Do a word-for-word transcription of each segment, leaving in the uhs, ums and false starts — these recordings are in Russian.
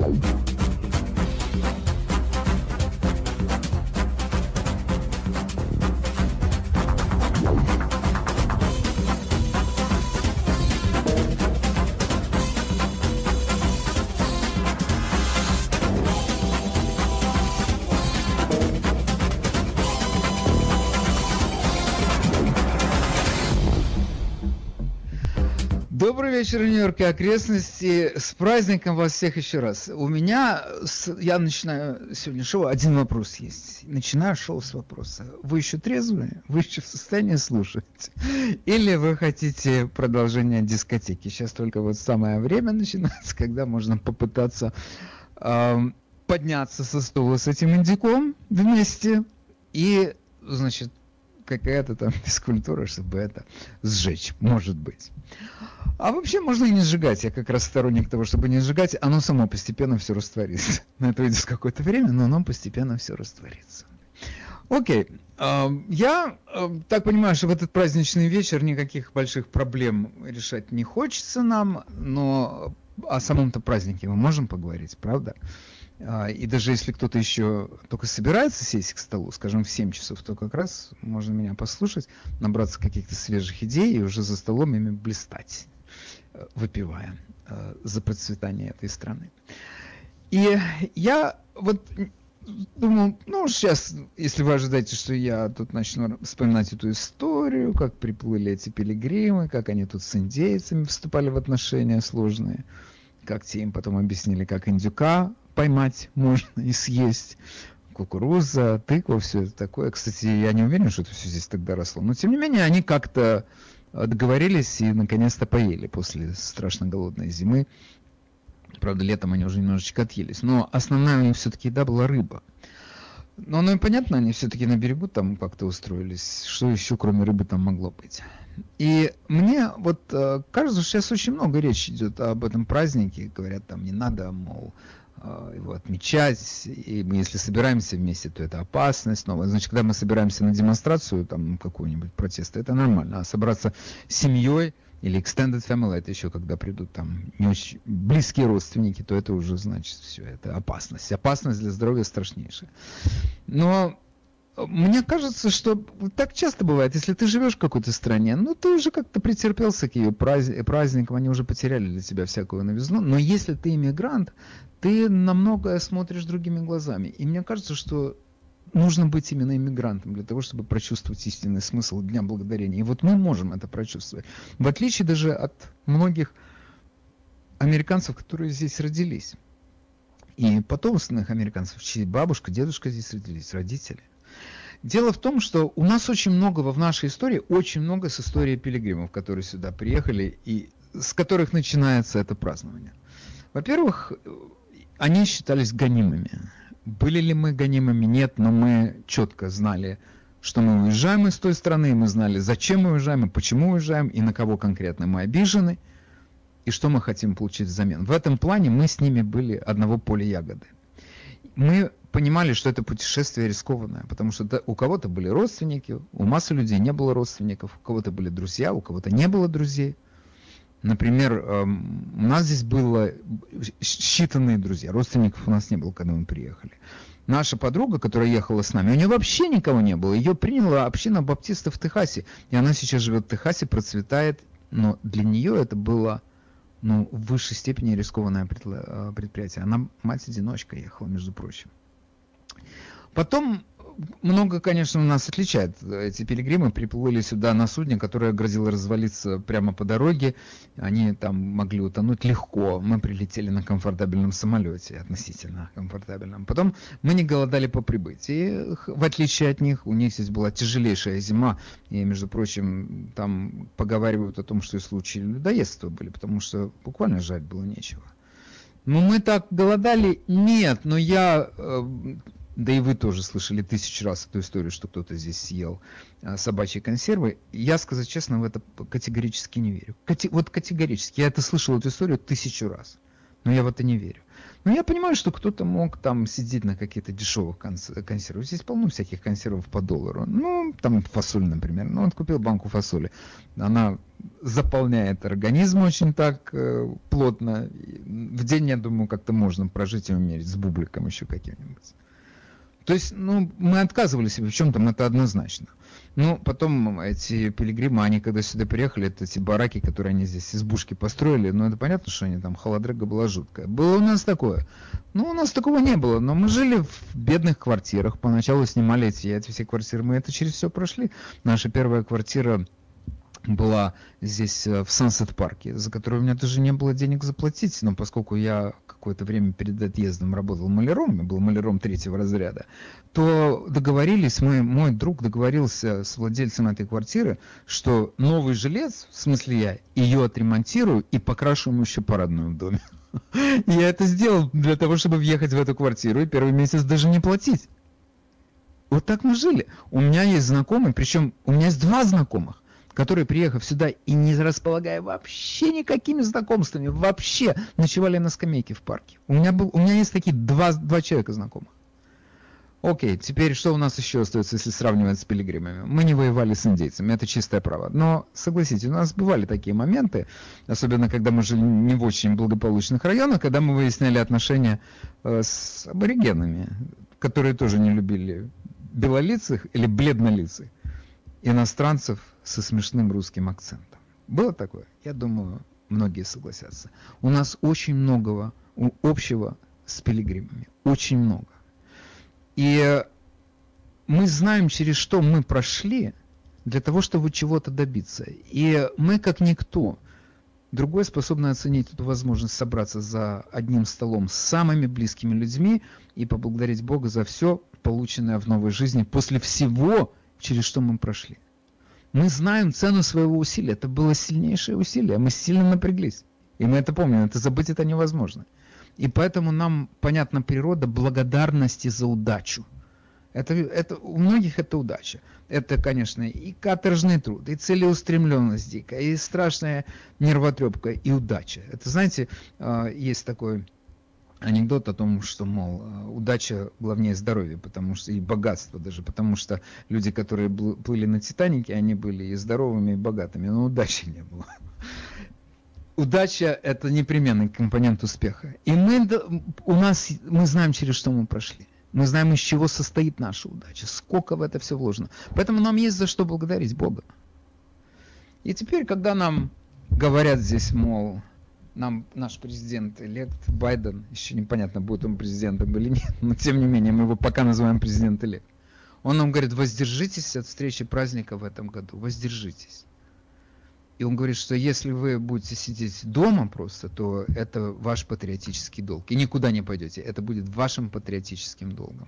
Добрый вечер, Нью-Йорк и окрестности. С праздником вас всех еще раз. У меня, я начинаю сегодня шоу, один вопрос есть. Начинаю шоу с вопроса. Вы еще трезвые? Вы еще в состоянии слушать? Или вы хотите продолжение дискотеки? Сейчас только вот самое время начинается, когда можно попытаться э, подняться со стула с этим индюком вместе и, значит, какая-то там физкультура, чтобы это сжечь, может быть. А вообще можно и не сжигать. Я как раз сторонник того, чтобы не сжигать. Оно само постепенно все растворится. На это уйдет какое-то время, но оно постепенно все растворится. Окей. Я так понимаю, что в этот праздничный вечер никаких больших проблем решать не хочется нам, но о самом-то празднике мы можем поговорить, правда? И даже если кто-то еще только собирается сесть к столу, скажем, в семь часов, то как раз можно меня послушать, набраться каких-то свежих идей и уже за столом ими блистать, выпивая за процветание этой страны. И я вот думал, ну сейчас, если вы ожидаете, что я тут начну вспоминать эту историю, как приплыли эти пилигримы, как они тут с индейцами вступали в отношения сложные, как те им потом объяснили, как индюка поймать можно и съесть, кукуруза, тыква, все это такое. Кстати, я не уверен, что это все здесь тогда росло, но тем не менее они как-то договорились и наконец-то поели после страшно голодной зимы. Правда, летом они уже немножечко отъелись, но основная у них все-таки еда была рыба. Но ну и понятно, они все-таки на берегу там как-то устроились, что еще кроме рыбы там могло быть. И мне вот э, кажется, что сейчас очень много речи идет об этом празднике, говорят, там не надо, мол, э, его отмечать, и мы если собираемся вместе, то это опасность, но значит, когда мы собираемся на демонстрацию, там какой-нибудь протест, это нормально, а собраться с семьей или extended family, это еще когда придут там не очень близкие родственники, то это уже значит все, это опасность, опасность для здоровья страшнейшая. Но мне кажется, что так часто бывает, если ты живешь в какой-то стране, ну ты уже как-то претерпелся к ее праздникам, они уже потеряли для тебя всякую новизну, но если ты иммигрант, ты на многое смотришь другими глазами. И мне кажется, что нужно быть именно иммигрантом для того, чтобы прочувствовать истинный смысл Дня Благодарения. И вот мы можем это прочувствовать. В отличие даже от многих американцев, которые здесь родились. И потомственных американцев, чьи бабушка, дедушка здесь родились, родители. Дело в том, что у нас очень много в нашей истории, очень много с историей пилигримов, которые сюда приехали и с которых начинается это празднование. Во-первых, они считались гонимыми. Были ли мы гонимыми? Нет, но мы четко знали, что мы уезжаем из той страны, мы знали, зачем мы уезжаем и почему уезжаем, и на кого конкретно мы обижены, и что мы хотим получить взамен. В этом плане мы с ними были одного поля ягоды. Мы понимали, что это путешествие рискованное, потому что у кого-то были родственники, у массы людей не было родственников, у кого-то были друзья, у кого-то не было друзей. Например, у нас здесь было считанные друзья, родственников у нас не было, когда мы приехали. Наша подруга, которая ехала с нами, у нее вообще никого не было, ее приняла община баптистов в Техасе, и она сейчас живет в Техасе, процветает, но для нее это было... ну, в высшей степени рискованное предприятие. Она мать-одиночка ехала, между прочим. Потом много, конечно, у нас отличает. Эти пилигримы приплыли сюда на судне, которое грозило развалиться прямо по дороге. Они там могли утонуть легко. Мы прилетели на комфортабельном самолете, относительно комфортабельном. Потом мы не голодали по прибытии. В отличие от них, у них здесь была тяжелейшая зима. И, между прочим, там поговаривают о том, что и случаи людоедства были, потому что буквально жрать было нечего. Ну, мы так голодали? Нет, но я... Да и вы тоже слышали тысячу раз эту историю, что кто-то здесь съел собачьи консервы. Я, сказать честно, в это категорически не верю. Кати- вот категорически. Я это слышал, эту историю тысячу раз. Но я в это не верю. Но я понимаю, что кто-то мог там сидеть на каких-то дешевых консервах. Здесь полно всяких консервов по доллару. Ну, там фасоль, например. Ну, он купил банку фасоли. Она заполняет организм очень так э, плотно. В день, я думаю, как-то можно прожить и умереть с бубликом еще каким-нибудь. То есть, ну, мы отказывали себе в чем-то, это однозначно. Ну, потом эти пилигримы, они когда сюда приехали, это эти бараки, которые они здесь, избушки построили, ну, это понятно, что они там, холодрыга была жуткая. Было у нас такое. Ну, у нас такого не было, но мы жили в бедных квартирах, поначалу снимали эти, эти все квартиры, мы это через все прошли. Наша первая квартира была здесь в Сансет-парке, за которую у меня даже не было денег заплатить, но поскольку я какое-то время перед отъездом работал маляром, я был маляром третьего разряда, то договорились, мы, мой друг договорился с владельцем этой квартиры, что новый жилец, в смысле я, ее отремонтирую и покрашу ему еще парадную в доме. Я это сделал для того, чтобы въехать в эту квартиру и первый месяц даже не платить. Вот так мы жили. У меня есть знакомый, причем у меня есть два знакомых, которые, приехав сюда и не располагая вообще никакими знакомствами, вообще ночевали на скамейке в парке. У меня, был, у меня есть такие два, два человека знакомых. Окей, теперь что у нас еще остается, если сравнивать с пилигримами? Мы не воевали с индейцами, это чистое право. Но, согласитесь, у нас бывали такие моменты, особенно когда мы жили не в очень благополучных районах, когда мы выясняли отношения э, с аборигенами, которые тоже не любили белолицых или бледнолицых иностранцев со смешным русским акцентом. Было такое? Я думаю, многие согласятся. У нас очень многого общего с пилигримами. Очень много. И мы знаем, через что мы прошли для того, чтобы чего-то добиться. И мы, как никто, другой способны оценить эту возможность собраться за одним столом с самыми близкими людьми и поблагодарить Бога за все, полученное в новой жизни после всего, через что мы прошли. Мы знаем цену своего усилия. Это было сильнейшее усилие. Мы сильно напряглись. И мы это помним. Это забыть это невозможно. И поэтому нам понятна природа благодарности за удачу. Это, это, у многих это удача. Это, конечно, и каторжный труд, и целеустремленность дикая, и страшная нервотрепка, и удача. Это, знаете, есть такой анекдот о том, что, мол, удача главнее здоровья, потому что и богатство даже, потому что люди, которые плыли на Титанике, они были и здоровыми, и богатыми, но удачи не было. Удача – это непременный компонент успеха. И мы, у нас, мы знаем, через что мы прошли. Мы знаем, из чего состоит наша удача, сколько в это все вложено. Поэтому нам есть за что благодарить Бога. И теперь, когда нам говорят здесь, мол, нам наш президент-элект Байден, еще непонятно, будет он президентом или нет, но тем не менее, мы его пока называем президент-элект. Он нам говорит, воздержитесь от встречи праздника в этом году, воздержитесь. И он говорит, что если вы будете сидеть дома просто, то это ваш патриотический долг. И никуда не пойдете. Это будет вашим патриотическим долгом.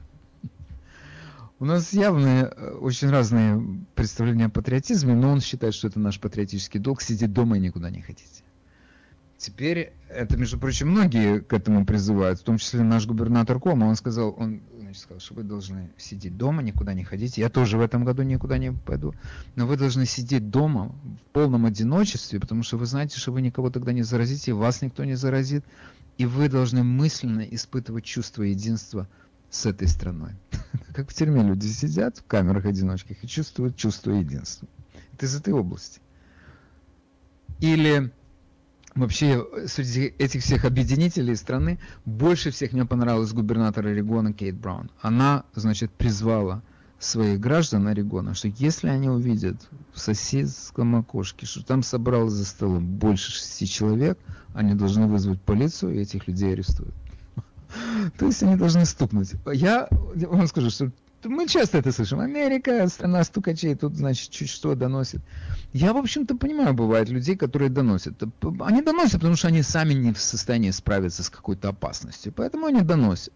У нас явно очень разные представления о патриотизме, но он считает, что это наш патриотический долг, сидеть дома и никуда не ходить. Теперь, это, между прочим, многие к этому призывают, в том числе наш губернатор Кома, он сказал, он значит, сказал, что вы должны сидеть дома, никуда не ходить. Я тоже в этом году никуда не пойду. Но вы должны сидеть дома в полном одиночестве, потому что вы знаете, что вы никого тогда не заразите, и вас никто не заразит. И вы должны мысленно испытывать чувство единства с этой страной. Как в тюрьме люди сидят в камерах-одиночках и чувствуют чувство единства. Это из этой области. Или... Вообще, среди этих всех объединителей страны, больше всех мне понравилась губернатор Орегона Кейт Браун. Она, значит, призвала своих граждан Орегона, что если они увидят в соседском окошке, что там собралось за столом больше шести человек, они должны вызвать полицию, и этих людей арестуют. То есть они должны стукнуть. Я вам скажу, что мы часто это слышим. Америка, страна стукачей, тут, значит, чуть что доносит. Я, в общем-то, понимаю, бывает людей, которые доносят. Они доносят, потому что они сами не в состоянии справиться с какой-то опасностью. Поэтому они доносят.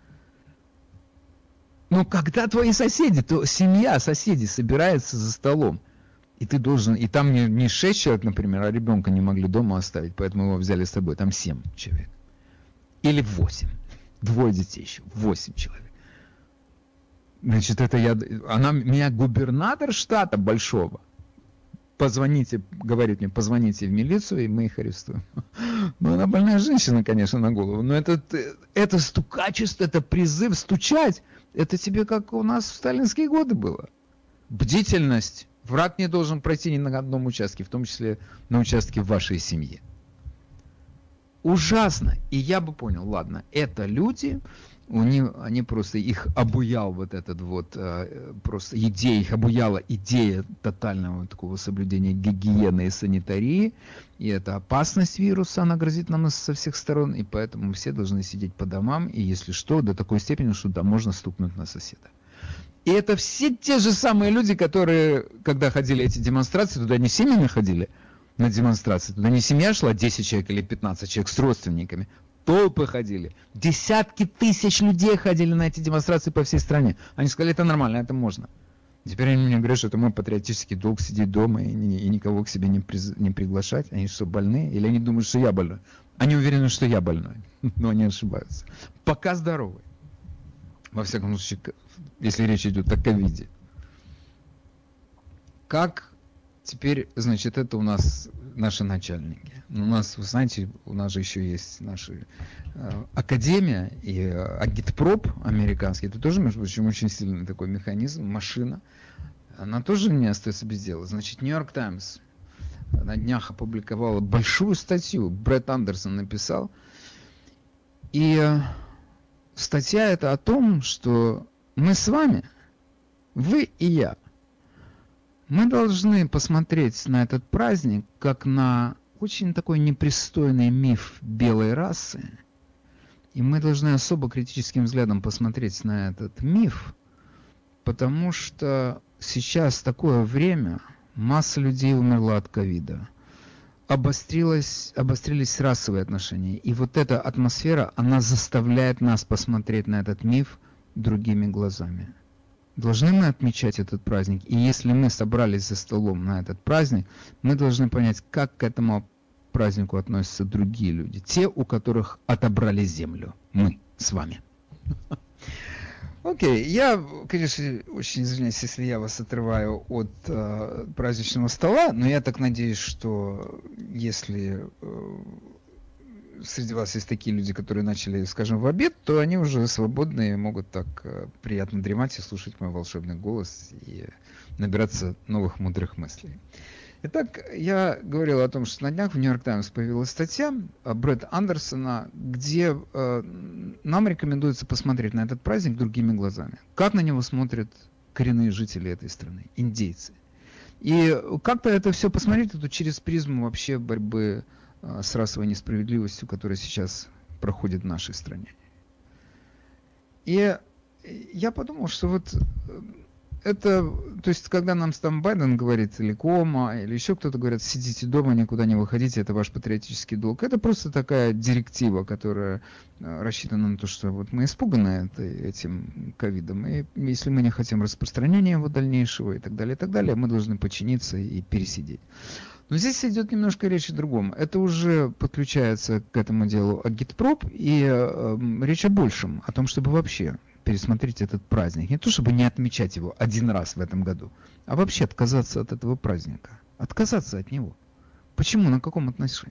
Но когда твои соседи, то семья, соседи собирается за столом, и ты должен, и там не, не шесть человек, например, а ребенка не могли дома оставить, поэтому его взяли с собой, там семь человек. Или восемь. Двое детей еще, восемь человек. Значит, это я, она, меня губернатор штата большого, позвоните, говорит мне, позвоните в милицию, и мы их арестуем. Ну, она больная женщина, конечно, на голову. Но это, это стукачество, это призыв стучать. Это тебе как у нас в сталинские годы было. Бдительность. Враг не должен пройти ни на одном участке, в том числе на участке в вашей семье. Ужасно. И я бы понял, ладно, это люди, у них, они просто, их обуял вот этот вот, просто идея, их обуяла идея тотального такого соблюдения гигиены и санитарии, и эта опасность вируса, она грозит нам со всех сторон, и поэтому все должны сидеть по домам, и если что, до такой степени, что да, можно стукнуть на соседа. И это все те же самые люди, которые, когда ходили эти демонстрации, туда не семьями ходили на демонстрации, туда не семья шла, десять человек или пятнадцать человек с родственниками, толпы ходили, десятки тысяч людей ходили на эти демонстрации по всей стране. Они сказали, это нормально, это можно. Теперь они мне говорят, что это мой патриотический долг сидеть дома и, и никого к себе не, при, не приглашать. Они что, больные? Или они думают, что я больной? Они уверены, что я больной, но они ошибаются. Пока здоровый. Во всяком случае, если речь идет о ковиде. Как теперь, значит, это у нас наши начальники. У нас, вы знаете, у нас же еще есть наша э, академия и э, агитпроп американский. Это тоже, между прочим, очень сильный такой механизм, машина. Она тоже не остается без дела. Значит, Нью-Йорк Таймс на днях опубликовала большую статью. Брэд Андерсон написал. И э, статья это о том, что мы с вами, вы и я, мы должны посмотреть на этот праздник как на очень такой непристойный миф белой расы. И мы должны особо критическим взглядом посмотреть на этот миф, потому что сейчас такое время, масса людей умерла от ковида, обострилось, обострились расовые отношения. И вот эта атмосфера, она заставляет нас посмотреть на этот миф другими глазами. Должны мы отмечать этот праздник? И если мы собрались за столом на этот праздник, мы должны понять, как к этому празднику относятся другие люди. Те, у которых отобрали землю. Мы с вами. Окей, okay. Я, конечно, очень извиняюсь, если я вас отрываю от э, праздничного стола, но я так надеюсь, что если э, среди вас есть такие люди, которые начали, скажем, в обед, то они уже свободные, могут так э, приятно дремать и слушать мой волшебный голос и набираться новых мудрых мыслей. Итак, я говорил о том, что на днях в Нью-Йорк Таймс появилась статья Брэда Андерсона, где э, нам рекомендуется посмотреть на этот праздник другими глазами. Как на него смотрят коренные жители этой страны, индейцы. И как-то это все посмотреть это через призму вообще борьбы э, с расовой несправедливостью, которая сейчас проходит в нашей стране. И я подумал, что вот... Это, то есть, когда нам там Байден говорит, или Кома, или еще кто-то говорит, сидите дома, никуда не выходите, это ваш патриотический долг. Это просто такая директива, которая рассчитана на то, что вот мы испуганы этим ковидом, и если мы не хотим распространения его дальнейшего и так далее, и так далее, мы должны подчиниться и пересидеть. Но здесь идет немножко речь о другом. Это уже подключается к этому делу агитпроп, и э, речь о большем, о том, чтобы вообще пересмотреть этот праздник. Не то, чтобы не отмечать его один раз в этом году, а вообще отказаться от этого праздника. Отказаться от него. Почему? На каком отношении?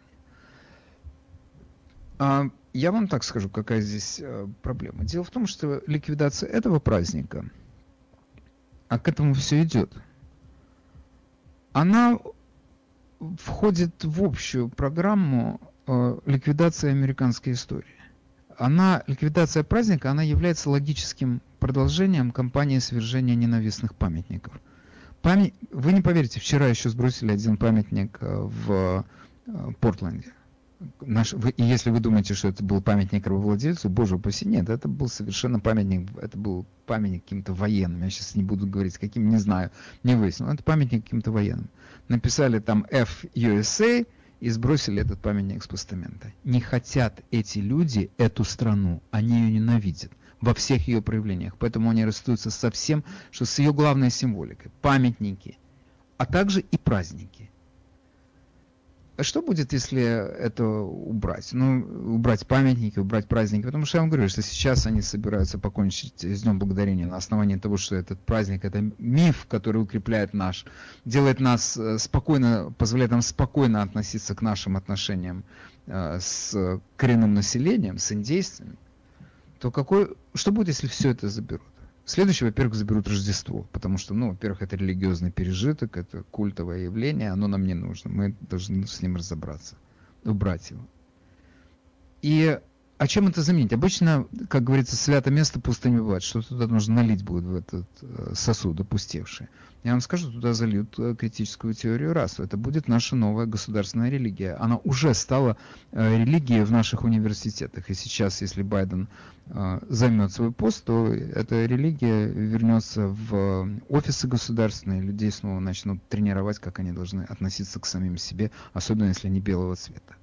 А, я вам так скажу, какая здесь а, проблема. Дело в том, что ликвидация этого праздника, а к этому все идет, она входит в общую программу а, ликвидации американской истории. Она, ликвидация праздника, она является логическим продолжением кампании свержения ненавистных памятников. Память, вы не поверите, вчера еще сбросили один памятник в Портленде. Наш, вы, и если вы думаете, что это был памятник рабовладельцу, боже упаси, нет, это был совершенно памятник, это был памятник каким-то военным. Я сейчас не буду говорить, каким, не знаю, не выяснил. Это памятник каким-то военным. Написали там F U S A, и сбросили этот памятник с постамента. Не хотят эти люди эту страну, они ее ненавидят во всех ее проявлениях, поэтому они расстаются со всем, что с ее главной символикой, памятники, а также и праздники. А что будет, если это убрать? Ну, убрать памятники, убрать праздники. Потому что я вам говорю, что сейчас они собираются покончить с Днем Благодарения на основании того, что этот праздник — это миф, который укрепляет наш, делает нас спокойно, позволяет нам спокойно относиться к нашим отношениям с коренным населением, с индейцами. То какой, что будет, если все это заберут? Следующее, во-первых, заберут Рождество, потому что, ну, во-первых, это религиозный пережиток, это культовое явление, оно нам не нужно, мы должны с ним разобраться, убрать его. И а чем это заменить? Обычно, как говорится, свято место пусто не бывает, что туда нужно налить будет в этот сосуд опустевший. Я вам скажу, туда зальют критическую теорию расы. Это будет наша новая государственная религия. Она уже стала религией в наших университетах. И сейчас, если Байден займет свой пост, то эта религия вернется в офисы государственные, людей снова начнут тренировать, как они должны относиться к самим себе, особенно если они белого цвета.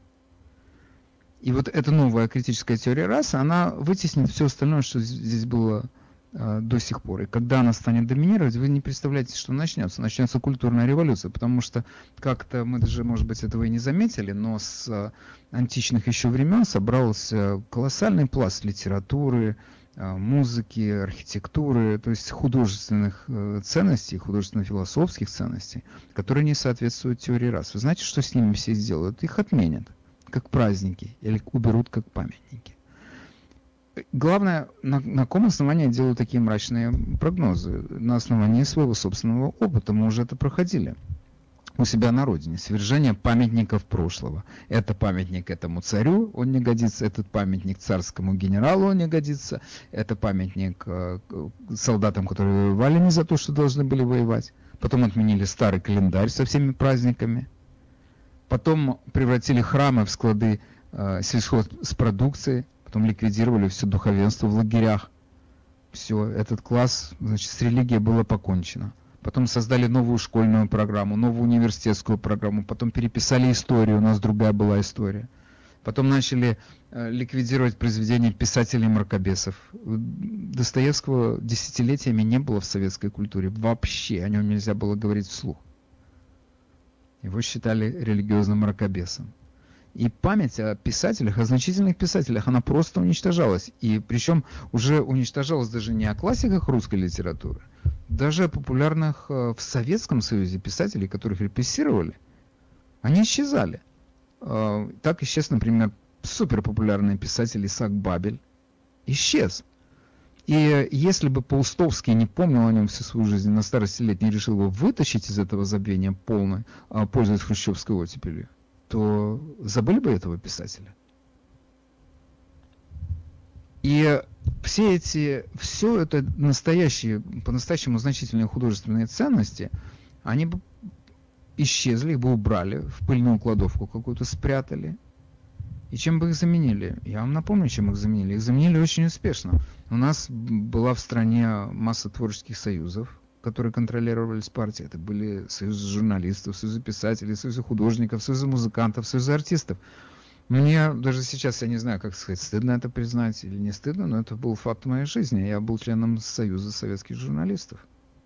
И вот эта новая критическая теория расы, она вытеснит все остальное, что здесь было э, до сих пор. И когда она станет доминировать, вы не представляете, что начнется. Начнется культурная революция, потому что как-то мы даже, может быть, этого и не заметили, но с э, античных еще времен собрался колоссальный пласт литературы, э, музыки, архитектуры, то есть художественных э, ценностей, художественно-философских ценностей, которые не соответствуют теории рас. Вы знаете, что с ними все сделают? Их отменят как праздники, или уберут как памятники. Главное, на, на каком основании я делаю такие мрачные прогнозы? На основании своего собственного опыта. Мы уже это проходили у себя на родине. Свержение памятников прошлого. Это памятник этому царю, он не годится. Этот памятник царскому генералу, он не годится. Это памятник э, солдатам, которые воевали не за то, что должны были воевать. Потом отменили старый календарь со всеми праздниками. Потом превратили храмы в склады э, сельхозпродукции, потом ликвидировали все духовенство в лагерях. Все, этот класс, значит, с религией было покончено. Потом создали новую школьную программу, новую университетскую программу, потом переписали историю, у нас другая была история. Потом начали э, ликвидировать произведения писателей-мракобесов. Достоевского десятилетиями не было в советской культуре вообще, о нем нельзя было говорить вслух. Его считали религиозным мракобесом. И память о писателях, о значительных писателях, она просто уничтожалась. И причем уже уничтожалась даже не о классиках русской литературы, даже о популярных в Советском Союзе писателей, которых репрессировали, они исчезали. Так исчез, например, суперпопулярный писатель Исаак Бабель. Исчез. И если бы Паустовский не помнил о нем всю свою жизнь, на старости лет не решил его вытащить из этого забвения полной, пользуясь хрущевской оттепелью, то забыли бы этого писателя. И все эти, все это настоящие, по-настоящему значительные художественные ценности, они бы исчезли, их бы убрали, в пыльную кладовку какую-то спрятали. И чем бы их заменили? Я вам напомню, чем их заменили. Их заменили очень успешно. У нас была в стране масса творческих союзов, которые контролировались партией. Это были союзы журналистов, союзы писателей, союзы художников, союзы музыкантов, союзы артистов. Мне даже сейчас, я не знаю, как сказать, стыдно это признать или не стыдно, но это был факт моей жизни. Я был членом Союза советских журналистов.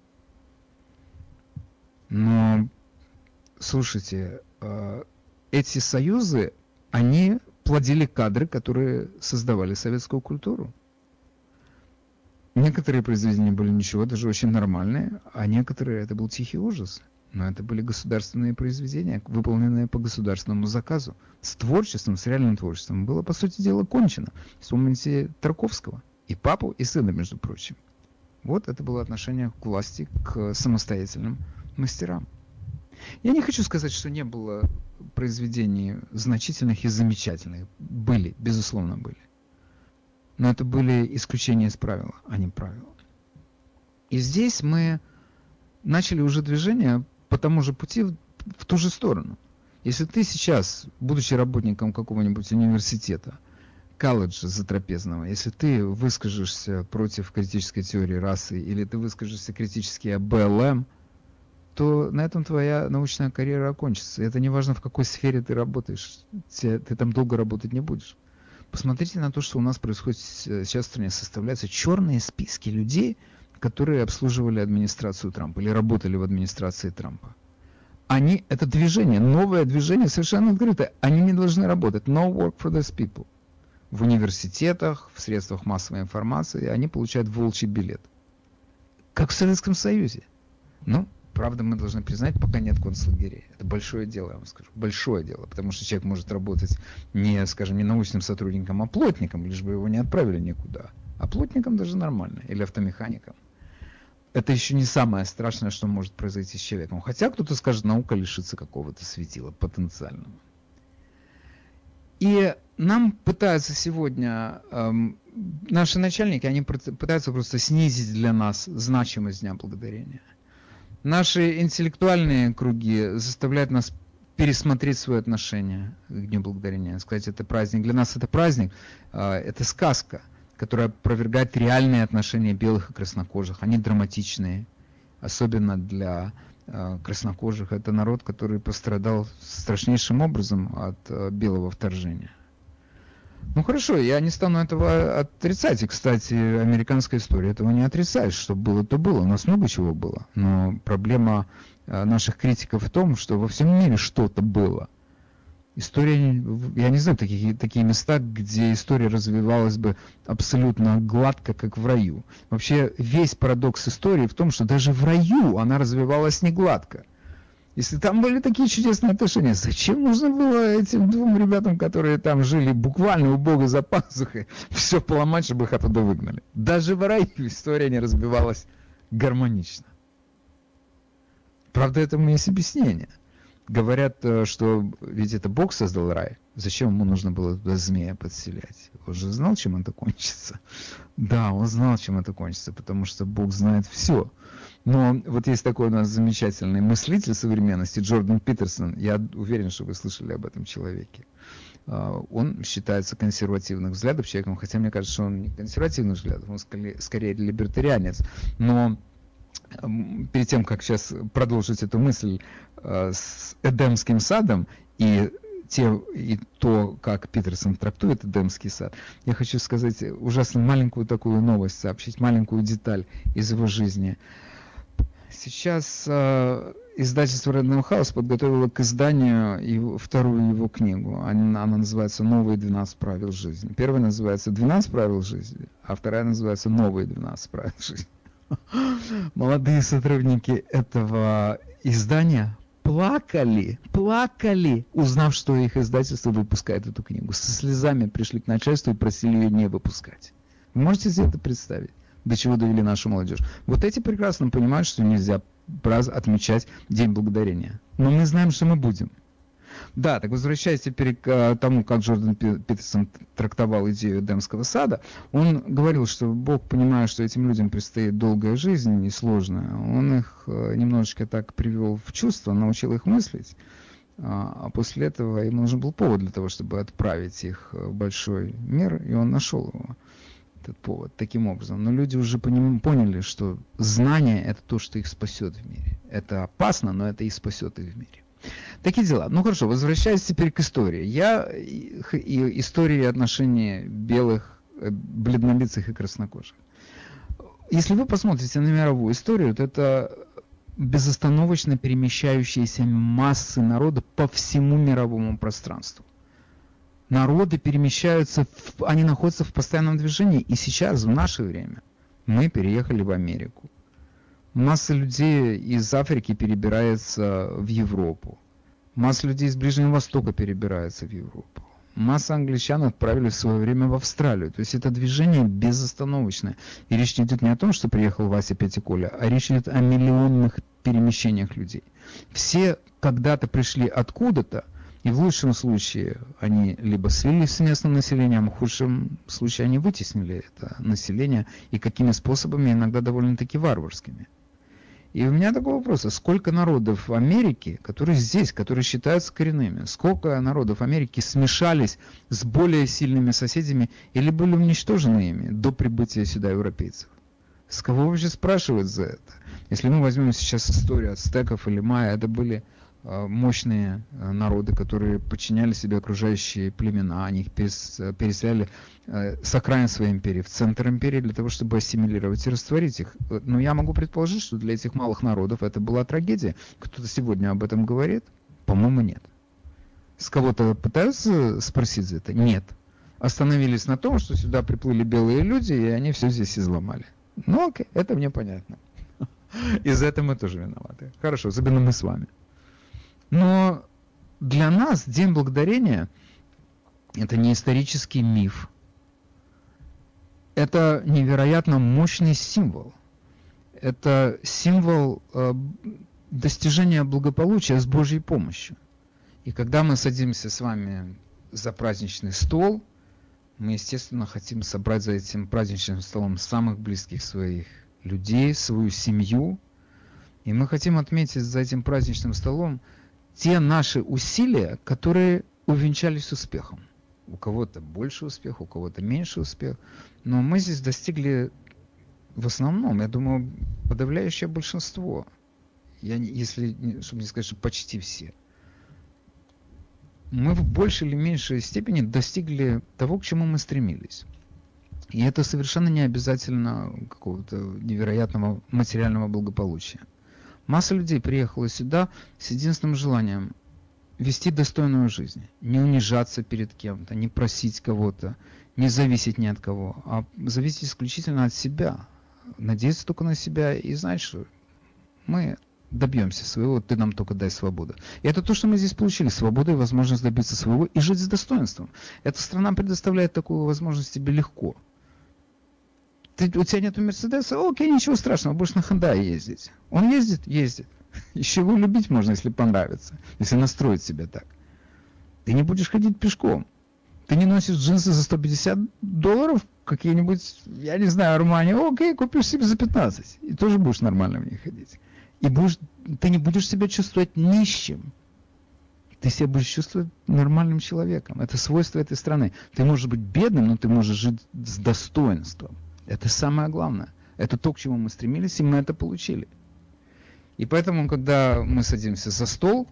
Но, слушайте, эти союзы, они плодили кадры, которые создавали советскую культуру. Некоторые произведения были ничего, даже очень нормальные, а некоторые это был тихий ужас. Но это были государственные произведения, выполненные по государственному заказу. С творчеством, с реальным творчеством было, по сути дела, кончено. Вспомните Тарковского. И папу, и сына, между прочим. Вот это было отношение к власти, к самостоятельным мастерам. Я не хочу сказать, что не было произведений значительных и замечательных. Были, безусловно, были. Но это были исключения из правила, а не правила. И здесь мы начали уже движение по тому же пути в, в ту же сторону. Если ты сейчас, будучи работником какого-нибудь университета, колледжа затрапезного, если ты выскажешься против критической теории расы или ты выскажешься критически о бэ эл эм, то на этом твоя научная карьера окончится. И это не важно, в какой сфере ты работаешь. Ты, ты там долго работать не будешь. Посмотрите на то, что у нас происходит сейчас в стране. Составляются черные списки людей, которые обслуживали администрацию Трампа или работали в администрации Трампа. Они, это движение, новое движение, совершенно открытое. Они не должны работать. No work for those people. В университетах, в средствах массовой информации они получают волчий билет. Как в Советском Союзе. Ну, правда, мы должны признать, пока нет концлагерей. Это большое дело, я вам скажу. Большое дело. Потому что человек может работать не, скажем, не научным сотрудником, а плотником, лишь бы его не отправили никуда. А плотником даже нормально. Или автомехаником. Это еще не самое страшное, что может произойти с человеком. Хотя кто-то скажет, наука лишится какого-то светила потенциального. И нам пытаются сегодня, эм, наши начальники, они пытаются просто снизить для нас значимость Дня Благодарения. Наши интеллектуальные круги заставляют нас пересмотреть свое отношение к Дню Благодарения. Сказать, это праздник. Для нас это праздник, э, это сказка, которая опровергает реальные отношения белых и краснокожих. Они драматичные, особенно для э, краснокожих. Это народ, который пострадал страшнейшим образом от э, белого вторжения. Ну хорошо, я не стану этого отрицать. И, кстати, американская история этого не отрицает. Что было, то было. У нас много чего было. Но проблема э, наших критиков в том, что во всем мире что-то было. История, я не знаю, такие, такие места, где история развивалась бы абсолютно гладко, как в раю. Вообще, весь парадокс истории в том, что даже в раю она развивалась не гладко. Если там были такие чудесные отношения, зачем нужно было этим двум ребятам, которые там жили буквально у Бога за пазухой, все поломать, чтобы их оттуда выгнали? Даже в раю история не развивалась гармонично. Правда, этому есть объяснение. Говорят, что ведь это Бог создал рай. Зачем ему нужно было туда змея подселять? Он же знал, чем это кончится. Да, он знал, чем это кончится, потому что Бог знает все. Но вот есть такой у нас замечательный мыслитель современности, Джордан Питерсон. Я уверен, что вы слышали об этом человеке. Он считается консервативных взглядов человеком, хотя мне кажется, что он не консервативных взглядов, он скорее либертарианец. Но перед тем, как сейчас продолжить эту мысль э, с Эдемским садом и, те, и то, как Питерсон трактует Эдемский сад, я хочу сказать ужасно маленькую такую новость, сообщить маленькую деталь из его жизни. Сейчас э, издательство Random House подготовило к изданию его, вторую его книгу. Она, она называется «Новые двенадцать правил жизни». Первая называется «двенадцать правил жизни», а вторая называется «Новые двенадцать правил жизни». Молодые сотрудники этого издания плакали, плакали, узнав, что их издательство выпускает эту книгу. Со слезами пришли к начальству и просили ее не выпускать. Вы можете себе это представить? До чего довели нашу молодежь? Вот эти прекрасно понимают, что нельзя отмечать День Благодарения. Но мы знаем, что мы будем. Да, так возвращаясь теперь к тому, как Джордан Питерсон трактовал идею Эдемского сада, он говорил, что Бог, понимая, что этим людям предстоит долгая жизнь и сложная, он их немножечко так привел в чувство, научил их мыслить, а после этого им нужен был повод для того, чтобы отправить их в большой мир, и он нашел его, этот повод, таким образом. Но люди уже поняли, что знание – это то, что их спасет в мире. Это опасно, но это и спасет их в мире. Такие дела. Ну хорошо, возвращаясь теперь к истории. Я и, и истории отношений белых, бледнолицых и краснокожих. Если вы посмотрите на мировую историю, то это безостановочно перемещающиеся массы народа по всему мировому пространству. Народы перемещаются, в, они находятся в постоянном движении. И сейчас, в наше время, мы переехали в Америку. Масса людей из Африки перебирается в Европу. Масса людей из Ближнего Востока перебирается в Европу. Масса англичан отправили в свое время в Австралию. То есть это движение безостановочное. И речь идет не о том, что приехал Вася, Петя, Коля, а речь идет о миллионных перемещениях людей. Все когда-то пришли откуда-то, и в лучшем случае они либо слились с местным населением, в худшем случае они вытеснили это население, и какими способами, иногда довольно-таки варварскими. И у меня такой вопрос, а сколько народов в Америке, которые здесь, которые считаются коренными, сколько народов Америки смешались с более сильными соседями или были уничтожены ими до прибытия сюда европейцев? С кого вообще спрашивают за это? Если мы возьмем сейчас историю ацтеков или майя, это были мощные народы, которые подчиняли себе окружающие племена, они их переселяли с окраин своей империи в центр империи для того, чтобы ассимилировать и растворить их. Но я могу предположить, что для этих малых народов это была трагедия. Кто-то сегодня об этом говорит? По-моему, нет. С кого-то пытаются спросить за это? Нет. Остановились на том, что сюда приплыли белые люди, и они все здесь изломали. Ну окей, это мне понятно. И за это мы тоже виноваты. Хорошо, особенно мы с вами. Но для нас День Благодарения – это не исторический миф. Это невероятно мощный символ. Это символ э, достижения благополучия с Божьей помощью. И когда мы садимся с вами за праздничный стол, мы, естественно, хотим собрать за этим праздничным столом самых близких своих людей, свою семью. И мы хотим отметить за этим праздничным столом те наши усилия, которые увенчались успехом. У кого-то больше успеха, у кого-то меньше успеха. Но мы здесь достигли в основном, я думаю, подавляющее большинство. Я, если, чтобы не сказать, что почти все. Мы в большей или меньшей степени достигли того, к чему мы стремились. И это совершенно не обязательно какого-то невероятного материального благополучия. Масса людей приехала сюда с единственным желанием вести достойную жизнь, не унижаться перед кем-то, не просить кого-то, не зависеть ни от кого, а зависеть исключительно от себя, надеяться только на себя и знать, что мы добьемся своего, ты нам только дай свободу. И это то, что мы здесь получили, свободу и возможность добиться своего и жить с достоинством. Эта страна предоставляет такую возможность тебе легко. Ты, у тебя нету Мерседеса, окей, ничего страшного, будешь на Хондай ездить. Он ездит? Ездит. Еще его любить можно, если понравится, если настроить себя так. Ты не будешь ходить пешком. Ты не носишь джинсы за сто пятьдесят долларов, какие-нибудь, я не знаю, Армани, окей, купишь себе за пятнадцать. И тоже будешь нормально в них ходить. И будешь, ты не будешь себя чувствовать нищим. Ты себя будешь чувствовать нормальным человеком. Это свойство этой страны. Ты можешь быть бедным, но ты можешь жить с достоинством. Это самое главное. Это то, к чему мы стремились, и мы это получили. И поэтому, когда мы садимся за стол,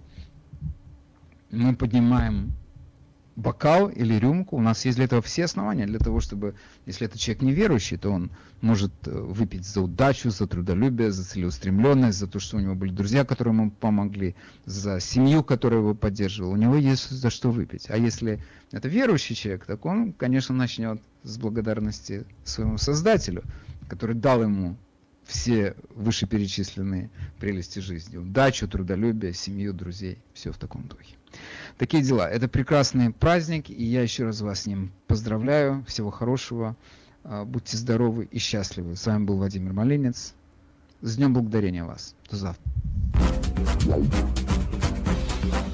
мы поднимаем бокал или рюмку. У нас есть для этого все основания, для того, чтобы, если это человек неверующий, то он может выпить за удачу, за трудолюбие, за целеустремленность, за то, что у него были друзья, которые ему помогли, за семью, которая его поддерживала. У него есть за что выпить. А если это верующий человек, так он, конечно, начнет с благодарности своему Создателю, который дал ему все вышеперечисленные прелести жизни. Удачу, трудолюбие, семью, друзей. Все в таком духе. Такие дела. Это прекрасный праздник, и я еще раз вас с ним поздравляю. Всего хорошего. Будьте здоровы и счастливы. С вами был Владимир Малинец. С Днем Благодарения вас. До завтра.